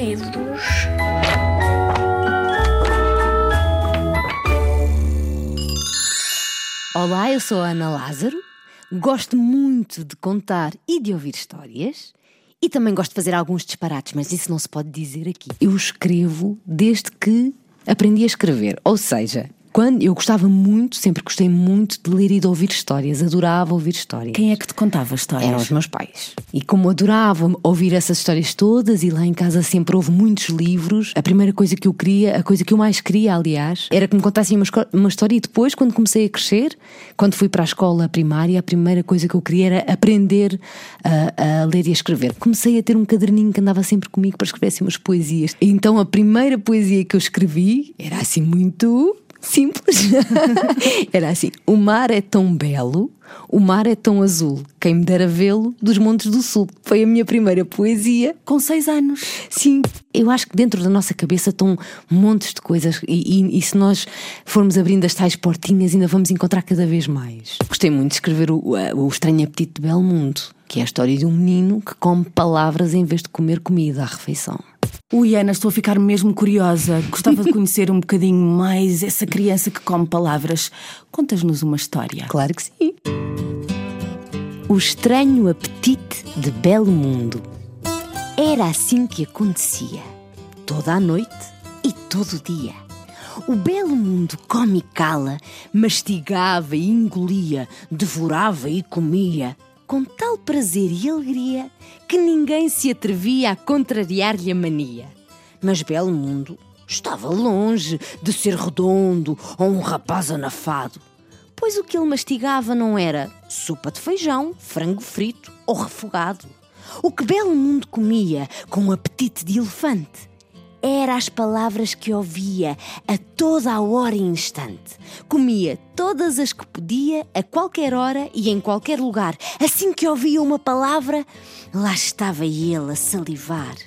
medos. Olá, eu sou a Ana Lázaro, gosto muito de contar e de ouvir histórias e também gosto de fazer alguns disparates, mas isso não se pode dizer aqui. Eu escrevo desde que aprendi a escrever, ou seja, quando eu gostava muito, sempre gostei muito de ler e de ouvir histórias, adorava ouvir histórias. Quem é que te contava histórias? Eram os meus pais. E como adorava ouvir essas histórias todas, e lá em casa sempre houve muitos livros, a primeira coisa que eu queria, a coisa que eu mais queria, aliás, era que me contassem uma história. E depois, quando comecei a crescer, quando fui para a escola primária, a primeira coisa que eu queria era aprender a ler e a escrever. Comecei a ter um caderninho que andava sempre comigo para escrever assim umas poesias. E então a primeira poesia que eu escrevi era assim muito simples. Era assim: o mar é tão belo, o mar é tão azul, quem me dera vê-lo dos montes do sul. Foi a minha primeira poesia. Com 6 anos. Sim, eu acho que dentro da nossa cabeça estão montes de coisas e se nós formos abrindo as tais portinhas ainda vamos encontrar cada vez mais. Gostei muito de escrever o Estranho Apetite de Belo Mundo, que é a história de um menino que come palavras em vez de comer comida à refeição. Ui, Ana, estou a ficar mesmo curiosa. Gostava de conhecer um bocadinho mais essa criança que come palavras. Contas-nos uma história. Claro que sim. O Estranho Apetite de Belo Mundo. Era assim que acontecia, toda a noite e todo o dia. O Belo Mundo come e cala, mastigava e engolia, devorava e comia, com tal prazer e alegria que ninguém se atrevia a contrariar-lhe a mania. Mas Belo Mundo estava longe de ser redondo ou um rapaz anafado, pois o que ele mastigava não era sopa de feijão, frango frito ou refogado. O que Belo Mundo comia com um apetite de elefante era as palavras que ouvia a toda a hora e instante. Comia todas as que podia, a qualquer hora e em qualquer lugar. Assim que ouvia uma palavra, lá estava ele a salivar.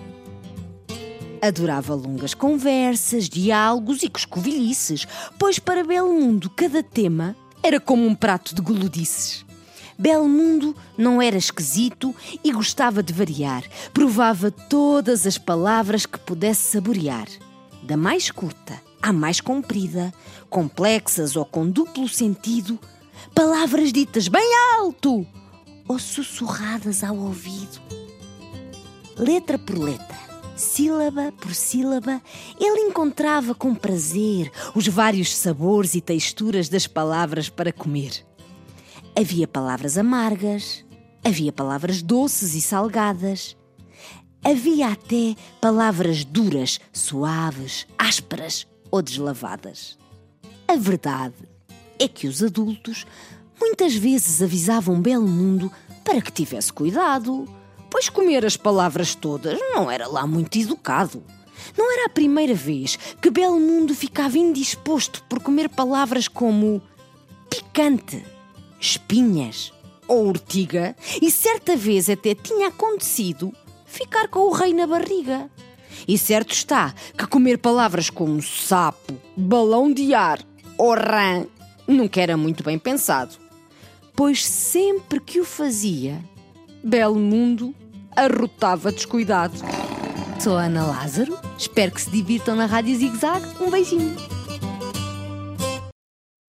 Adorava longas conversas, diálogos e coscovilhices, pois para Belo Mundo cada tema era como um prato de guludices. Belo Mundo não era esquisito e gostava de variar. Provava todas as palavras que pudesse saborear, da mais curta à mais comprida, complexas ou com duplo sentido, palavras ditas bem alto ou sussurradas ao ouvido. Letra por letra, sílaba por sílaba, ele encontrava com prazer os vários sabores e texturas das palavras para comer. Havia palavras amargas, havia palavras doces e salgadas, havia até palavras duras, suaves, ásperas ou deslavadas. A verdade é que os adultos muitas vezes avisavam Belo Mundo para que tivesse cuidado, pois comer as palavras todas não era lá muito educado. Não era a primeira vez que Belo Mundo ficava indisposto por comer palavras como picante, espinhas ou ortiga, e certa vez até tinha acontecido ficar com o rei na barriga. E certo está que comer palavras como sapo, balão de ar ou rã nunca era muito bem pensado, pois sempre que o fazia, Belo Mundo arrotava descuidado. Sou a Ana Lázaro, espero que se divirtam na Rádio Zig Zag. Um beijinho.